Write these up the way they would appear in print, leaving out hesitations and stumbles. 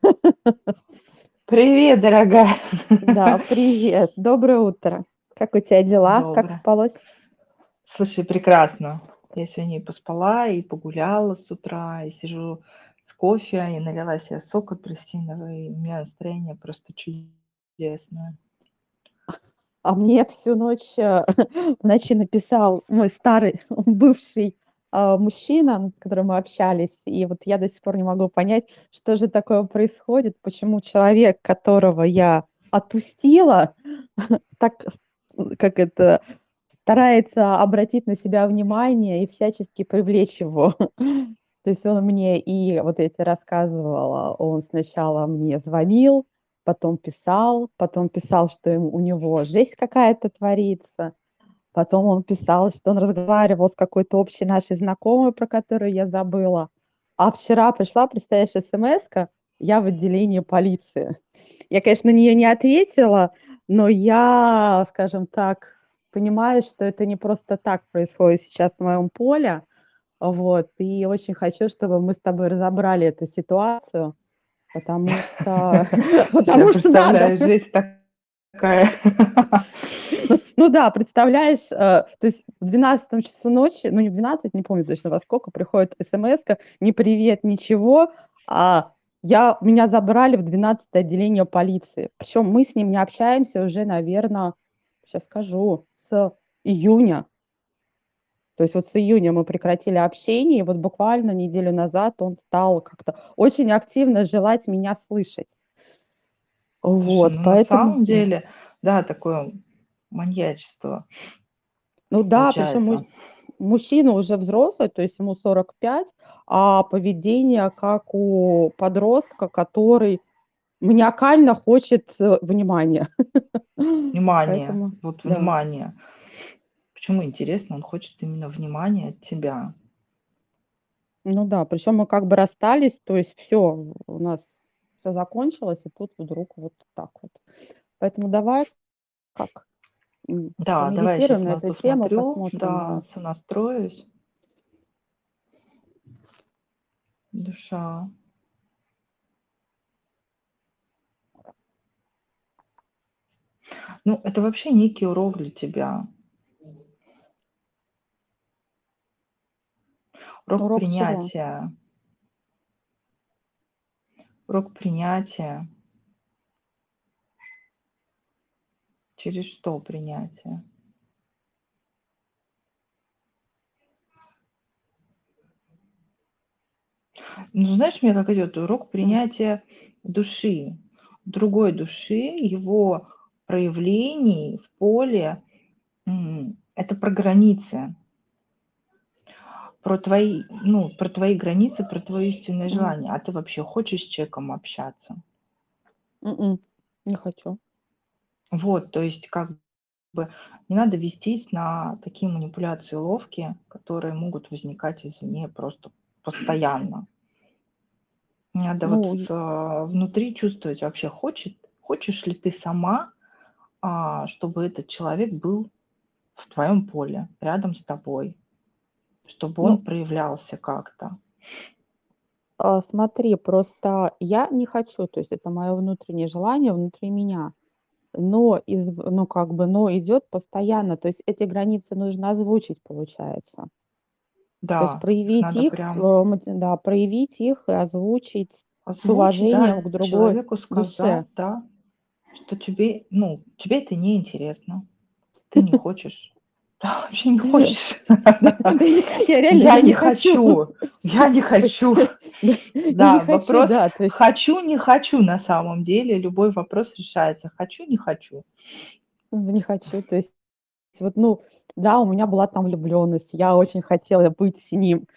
Привет, дорогая. Да, привет, доброе утро. Как у тебя дела? Как Доброе. спалось? Слушай, прекрасно. Я сегодня и поспала, и погуляла с утра, и сижу с кофе, и налила себе сок апельсинового, и у меня настроение просто чудесное. А мне всю ночь, в ночи написал мой старый бывший, мужчина, с которым мы общались. И вот я до сих пор не могу понять, что же такое происходит, почему человек, которого я отпустила, так, как это, старается обратить на себя внимание и всячески привлечь его. То есть он мне и вот я те рассказывала, он сначала мне звонил, потом писал, что у него жесть какая-то творится, потом он писал, что он разговаривал с какой-то общей нашей знакомой, про которую я забыла. А вчера пришла, представляешь, смска: "Я в отделении полиции". Я, конечно, на нее не ответила, но я, скажем так, понимаю, что это не просто так происходит сейчас в моем поле. Вот, и очень хочу, чтобы мы с тобой разобрали эту ситуацию, потому что Слушай, я потому что надо. представляю, жизнь такая. Ну да, представляешь, то есть в 12 часу ночи, ну не в 12, не помню точно во сколько, приходит смска: "Не привет, ничего". А меня забрали в 12-е отделение полиции. Причем мы с ним не общаемся уже, наверно, сейчас скажу, с июня. То есть вот с июня мы прекратили общение, и вот буквально неделю назад он стал как-то очень активно желать меня слышать. Слушай, Вот, ну на поэтому самом да. деле, да, такое маньячество Ну да, причем получается. мужчина уже взрослый, то есть ему 45, а поведение как у подростка, который маниакально хочет, внимания. Внимание, Поэтому вот да. внимание. Почему интересно, он хочет именно внимания от тебя? Ну да, причем мы как бы расстались, то есть все у нас все закончилось, и тут вдруг вот так вот. Поэтому давай как, Да, давай я помедитируем сейчас на эту тему, посмотрю, посмотрим, да, да. сонастроюсь. Душа. Ну, это вообще некий урок для тебя. Урок Урок чего? принятия. Урок принятия. Через что принятие? Ну, знаешь, мне как идет урок М. принятия души, другой души, его проявлений в поле. Это про границы, про твои, ну, про твои границы, про твое истинное Мгм. желание. А ты вообще хочешь с человеком общаться? Не хочу. Вот, то есть как бы не надо вестись на такие манипуляции ловкие, которые могут возникать извне просто постоянно. Надо вот Ну, и внутри чувствовать вообще, хочешь ли ты сама, чтобы этот человек был в твоем поле, рядом с тобой, чтобы он ну, проявлялся как-то. смотри, просто я не хочу, то есть это мое внутреннее желание внутри меня. Ну, как бы, но идет постоянно. То есть эти границы нужно озвучить, получается. То есть Да, их проявить надо их, прям да, проявить их и озвучить с озвучить, уважением да, к другой человеку сказать, душе. да, что тебе, ну, тебе это не интересно, ты не хочешь. Да, вообще не хочешь. Да, да, я реально, Я я не не хочу. хочу, я не хочу. Да, я не Да, хочу, вопрос да, то есть хочу, не хочу на самом деле. Любой вопрос решается. Хочу, не хочу. не хочу. То есть вот, ну да, у меня была там влюблённость, я очень хотела быть с ним.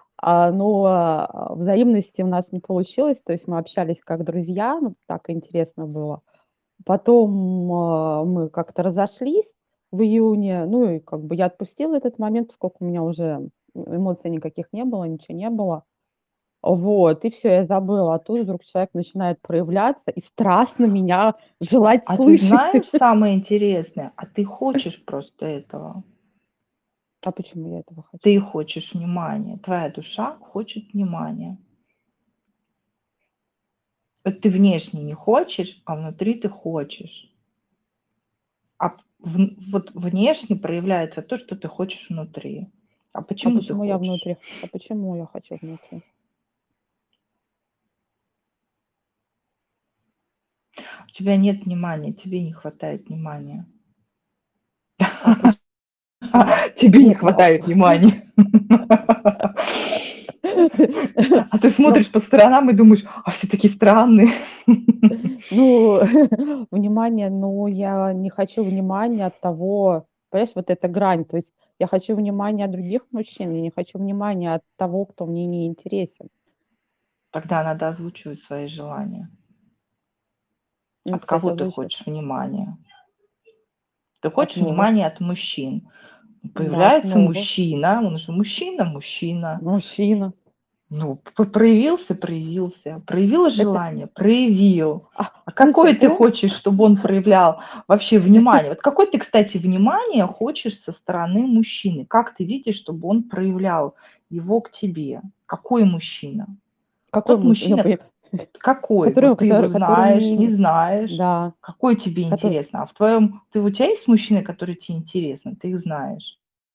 Но взаимности у нас не получилось, то есть мы общались как друзья, ну, так интересно было. Потом, мы как-то разошлись в июне, ну и как бы я отпустила этот момент, поскольку у меня уже эмоций никаких не было, ничего не было. Вот, и все, я забыла. А тут вдруг человек начинает проявляться и страстно меня желать А ты слышать. знаешь самое интересное? А ты хочешь просто этого. А почему я этого хочу? Ты хочешь внимания. Твоя душа хочет внимания. Вот ты внешне не хочешь, а внутри ты хочешь. А вот внешне проявляется то, что ты хочешь внутри. А А почему ты почему я хочешь? внутри? А почему я хочу внутри? У тебя нет внимания, тебе не хватает внимания. А почему? Тебе не Нет, ну, хватает внимания. А ты ну, смотришь по сторонам и думаешь, а все такие странные. ну, внимание, ну, я не хочу внимания от того, понимаешь, вот эта грань. То есть я хочу внимания от других мужчин, я не хочу внимания от того, кто мне не интересен. Тогда надо озвучивать свои желания. Ну, От кстати, кого ты озвучивать. хочешь внимания? Ты От хочешь новых, внимания от мужчин. да, от Появляется новых. мужчина, он же мужчина. Мужчина. Ну, проявился. Проявил Это, желание? Проявил. А слушай, какое ты хочешь, чтобы он проявлял вообще внимание? Вот какое ты, кстати, внимание хочешь со стороны мужчины? Как ты видишь, чтобы он проявлял его к тебе? Какой мужчина? какой Тот муж? Я мужчина, какой? Вот ты его который знаешь, не мне, знаешь. да, Какой тебе который, интересно? А у тебя есть мужчины, которые тебе интересны? Ты их знаешь?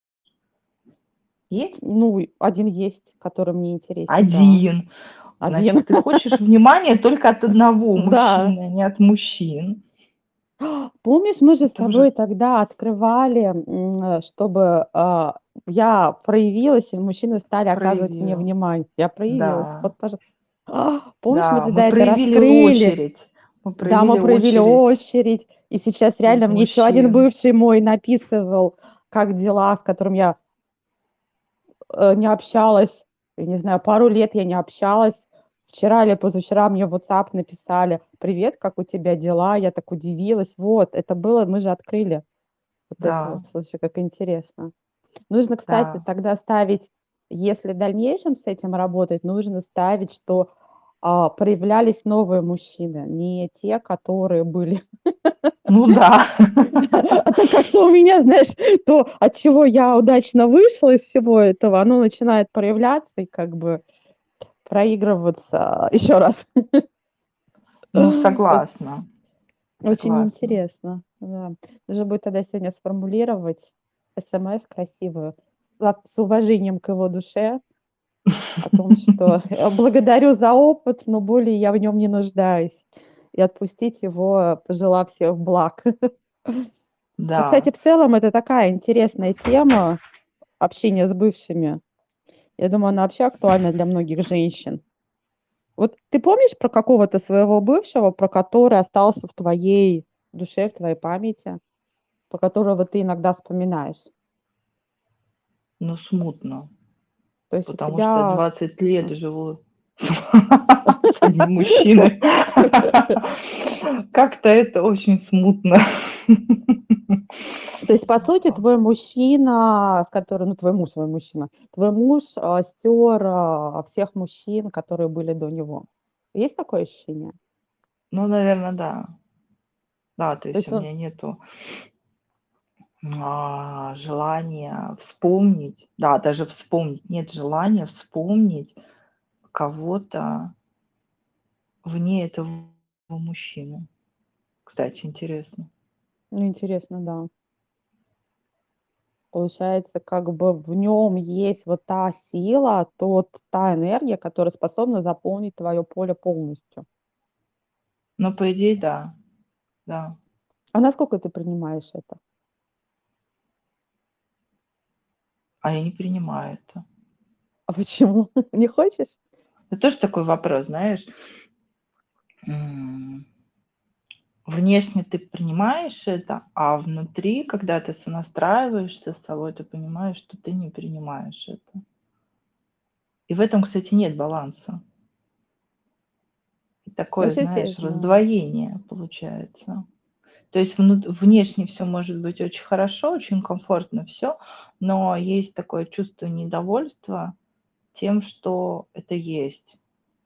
Есть? ну, один есть, который мне интересен, да, Один. один, Значит, ты хочешь внимания только от одного да. мужчины, а не от мужчин. Помнишь, мы же с Это уже тобой тогда открывали, чтобы, я проявилась, и мужчины стали оказывать мне проявил. внимание. Я проявилась. Да, Вот, помнишь, мы да, мы тогда это проявили раскрыли? очередь. Мы Да, мы проявили проявили очередь очередь. И сейчас из реально мне еще один мужчин. бывший мой написывал, как дела, с которым я, не общалась, я не знаю, пару лет я не общалась. Вчера или позавчера мне в WhatsApp написали: "Привет, как у тебя дела?" Я так удивилась. Вот, это было, мы же открыли вот это вот. Да, Слушай, как интересно. Нужно, кстати, да. тогда ставить, если в дальнейшем с этим работать, нужно ставить, что, проявлялись новые мужчины, не те, которые были. Ну да. А то как-то у меня, знаешь, то, от чего я удачно вышла из всего этого, оно начинает проявляться и как бы проигрываться еще раз. Ну, Оч согласна, Очень согласна. интересно, да. Нужно будет тогда сегодня сформулировать СМС красивую, с уважением к его душе, о том, что благодарю за опыт, но более я в нем не нуждаюсь, и отпустить его, пожелав всех благ. Ну, кстати, Да. в целом это такая интересная тема общения с бывшими. Я думаю, она вообще актуальна для многих женщин. Вот ты помнишь про какого-то своего бывшего, про который остался в твоей душе, в твоей памяти, про которого ты иногда вспоминаешь? Ну, смутно, То есть у потому что тебя 20 лет живу с одним мужчиной. Как-то это очень смутно. То есть, по сути, твой мужчина, который, ну, твой мужчина, твой муж, стер, всех мужчин, которые были до него. Есть такое ощущение? Ну, наверно, да. Да, то То есть есть у он меня нету, желания вспомнить, да, даже вспомнить, нет желания вспомнить кого-то вне этого мужчины. Кстати, интересно. ну, интересно, да. Получается, как бы в нем есть вот та сила, та энергия, которая способна заполнить твое поле полностью. Но по идее, да, да. А насколько ты принимаешь это? А я не принимаю это. А почему? Не хочешь? Это тоже такой вопрос, знаешь. М, Внешне ты принимаешь это, а внутри, когда ты сонастраиваешься с собой, ты понимаешь, что ты не принимаешь это. И в этом, кстати, нет баланса. И такое, Вообще, знаешь, да. раздвоение получается. То есть внешне все может быть очень хорошо, очень комфортно все, но есть такое чувство недовольства тем, что это есть.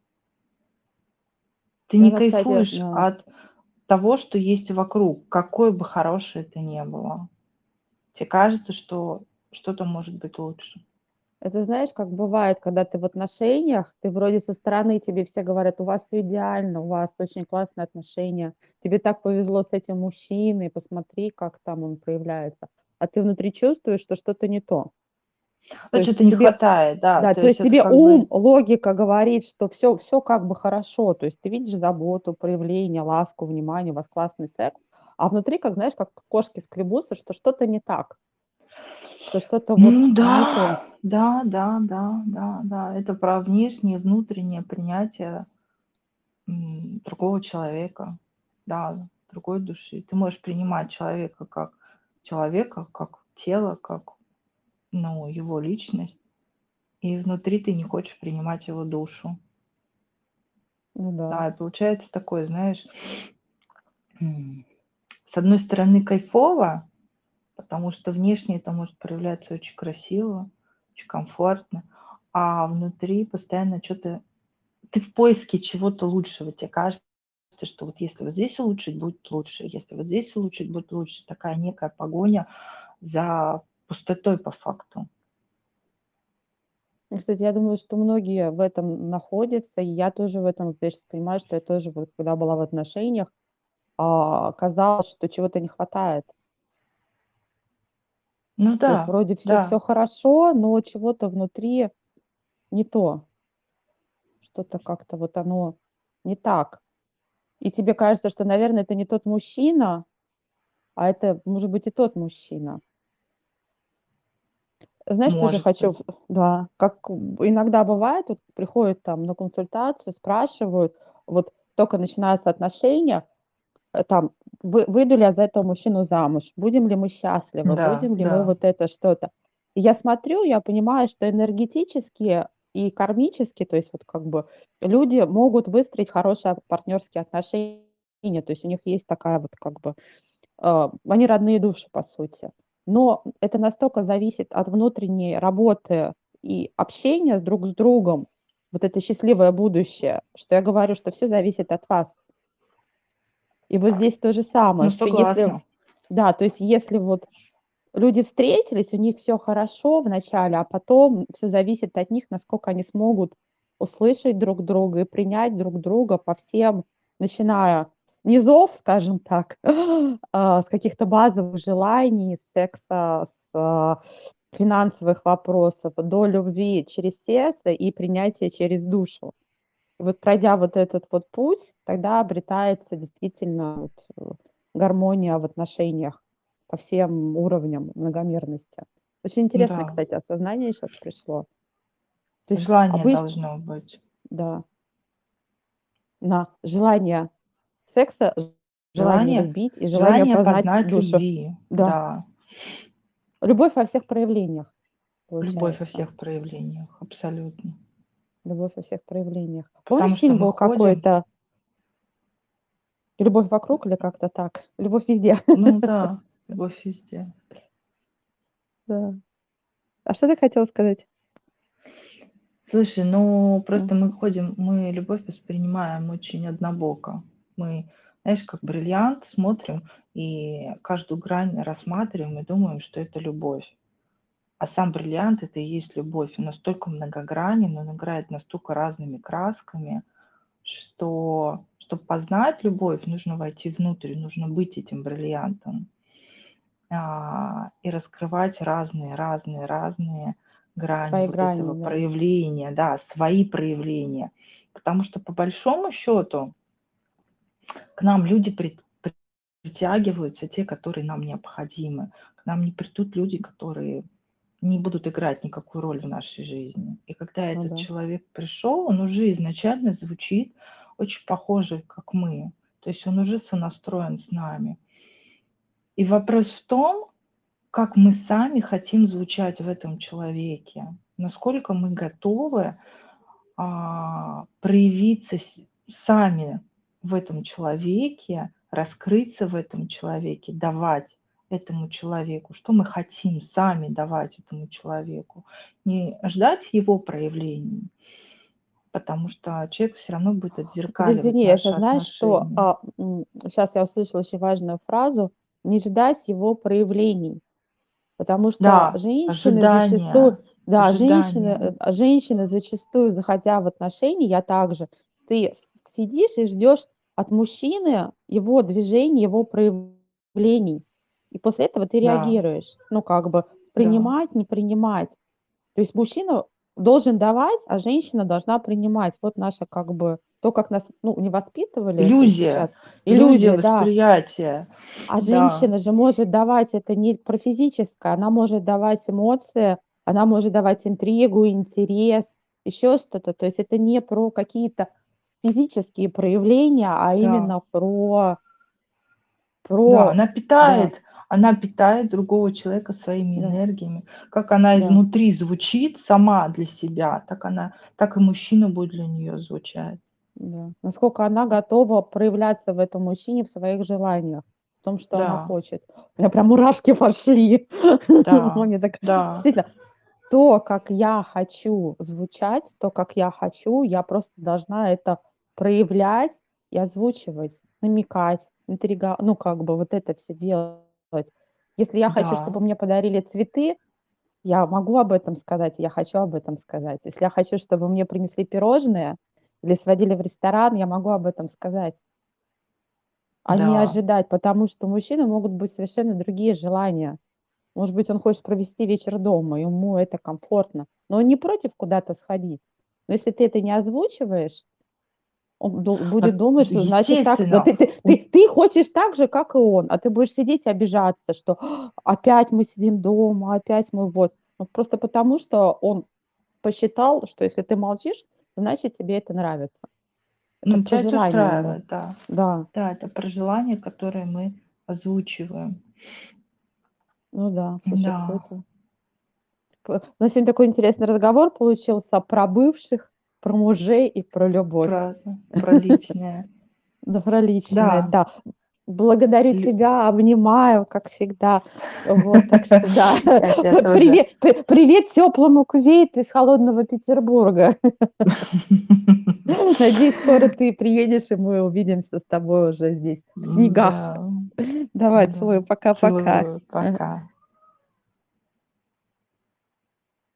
Ты не Это, кстати, кайфуешь да. от того, что есть вокруг, какое бы хорошее это ни было. Тебе кажется, что что-то может быть лучше. Это знаешь, как бывает, когда ты в отношениях, ты вроде со стороны тебе все говорят: "У вас всё идеально, у вас очень классные отношения, тебе так повезло с этим мужчиной, посмотри, как там он проявляется". А ты внутри чувствуешь, что что-то не то. То Ну, есть чё-то не тебе хватает, да. да, То то есть есть это тебе как бы ум, логика говорит, что все как бы хорошо. То есть ты видишь заботу, проявление, ласку, внимание, у вас классный секс, а внутри, как знаешь, как кошки скребутся, что что-то не так, что что-то вот ну не то. да, да, да, да, да, да. Это про внешнее и внутреннее принятие, другого человека, да, другой души. Ты можешь принимать человека, как тело, как, ну, его личность, и внутри ты не хочешь принимать его душу. Ну да. Да, и получается такое, знаешь, м, с одной стороны кайфово, потому что внешне это может проявляться очень красиво, очень комфортно, а внутри постоянно что то ты в поиске чего-то лучшего. Тебе кажется, что вот если вот здесь улучшить, будет лучше, если вот здесь улучшить, будет лучше. Такая некая погоня за пустотой по факту. Ну, кстати, я думаю, что многие в этом находятся, и я тоже в этом, вот я щас понимаю, что я тоже вот когда была в отношениях, казалось, что чего-то не хватает. Ну То есть да, вроде все да. хорошо, но чего-то внутри не то, что-то как-то вот оно не так. И тебе кажется, что, наверное, это не тот мужчина, а это может быть и тот мужчина. Знаешь, тоже Может хочу быть. да, как иногда бывает, вот приходят там на консультацию, спрашивают, вот только начинаются отношения, там, выйду ли я за этого мужчину замуж, будем ли мы счастливы, Да, будем ли мы да. вот это что-то. И я смотрю, я понимаю, что энергетически и кармически, то есть вот как бы люди могут выстроить хорошие партнерские отношения, то есть у них есть такая вот как бы они родные души, по сути. Но это настолько зависит от внутренней работы и общения друг с другом, вот это счастливое будущее, что я говорю, что все зависит от вас. И вот здесь то же самое, Ну, что если согласна. да, то есть если вот люди встретились, у них все хорошо вначале, а потом все зависит от них, насколько они смогут услышать друг друга и принять друг друга по всем, начиная с низов, скажем так, с каких-то базовых желаний, секса, финансовых вопросов, до любви через сердце и принятия через душу. И вот пройдя вот этот вот путь, тогда обретается действительно вот, гармония в отношениях по всем уровням многомерности. Очень интересное, Да. кстати, осознание сейчас пришло. То есть Желание обычно, должно быть. да, на желание секса, желание Желание любить и желание желание познать познать душу. любви. Да, Да. любовь во всех проявлениях Любовь во получается. всех проявлениях. Абсолютно. Любовь во всех проявлениях. Помнишь, Потому что фильм мы был ходим. какой-то "Любовь вокруг" или как-то так? "Любовь везде". Ну да, любовь везде. Да. А что ты хотела сказать? Слушай, ну М, просто мы любовь воспринимаем очень однобоко. Мы, знаешь, как бриллиант смотрим и каждую грань рассматриваем и думаем, что это любовь. А сам бриллиант это и есть любовь. Он настолько многогранен, он играет настолько разными красками, что чтобы познать любовь, нужно войти внутрь, нужно быть этим бриллиантом. И раскрывать разные грани Свои вот этого грани, да. проявления, да, свои проявления. Потому что по большому счету к нам люди притягиваются, те, которые нам необходимы. К нам не придут люди, которые не будут играть никакую роль в нашей жизни. И когда Ну этот да. человек пришел, он уже изначально звучит очень похоже, как мы. То есть он уже сонастроен с нами. И вопрос в том, как мы сами хотим звучать в этом человеке, насколько мы готовы проявиться сами в этом человеке, раскрыться в этом человеке, давать этому человеку, что мы хотим сами давать этому человеку, не ждать его проявлений, потому что человек все равно будет Вот отзеркаливать извини, я наши сейчас знаешь, что, отношения. щас я услышала очень важную фразу: "Не ждать его проявлений". Потому что Да, женщины зачастую ожидания. Да, ожидание. женщины зачастую, заходя в отношения, я также, ты сидишь и ждешь от мужчины его движений, его проявлений. И после этого ты Да, реагируешь. Ну, как бы да. принимать, не принимать. То есть мужчина должен давать, а женщина должна принимать. Вот наша как бы то, как нас, ну, не воспитывали, это и сейчас. Иллюзия Иллюзия, да. восприятия. А Да, женщина же может давать это не про физическое, она может давать эмоции, она может давать интригу, интерес, еще что-то. То есть это не про какие-то физические проявления, а да. именно про Да, про да, она питает другого человека своими да, энергиями. Как она да, изнутри звучит сама для себя, так и мужчина будет для нее звучать. да. Насколько она готова проявляться в этом мужчине, в своих желаниях, в том, что она Да, хочет. У меня прям мурашки пошли. да, Мне так да, действительно. То, как я хочу звучать, то, как я хочу, я просто должна это проявлять и озвучивать, намекать, ну, как бы вот это все делать. Если я хочу, чтобы да, мне подарили цветы, я могу об этом сказать, я хочу об этом сказать. Если я хочу, чтобы мне принесли пирожные или сводили в ресторан, я могу об этом сказать, а не да. ожидать, потому что у мужчины могут быть совершенно другие желания. Может быть, он хочет провести вечер дома, ему это комфортно, но он не против куда-то сходить. Но если ты это не озвучиваешь, он будет думать, что значит так, да Естественно, ты хочешь так же, как и он, а ты будешь сидеть и обижаться, что опять мы сидим дома, опять мы вот. Ну, просто потому, что он посчитал, что если ты молчишь, значит тебе это нравится. Это ну, про тебя это желание у него. устраивает, да. Да, Да, это про желания, которые мы озвучиваем. ну да, слушай, Да, круто. У нас сегодня такой интересный разговор получился про бывших, про мужей и про любовь. про личное. Да, про личное, Да, да. Благодарю лю тебя, обнимаю, как всегда. Вот, так что да. я тебя тоже. Привет теплому Кувейту из холодного Петербурга. Надеюсь, скоро ты приедешь, и мы увидимся с тобой уже здесь, в снегах. Да, Давай, да. целую, пока-пока. Целую. Пока.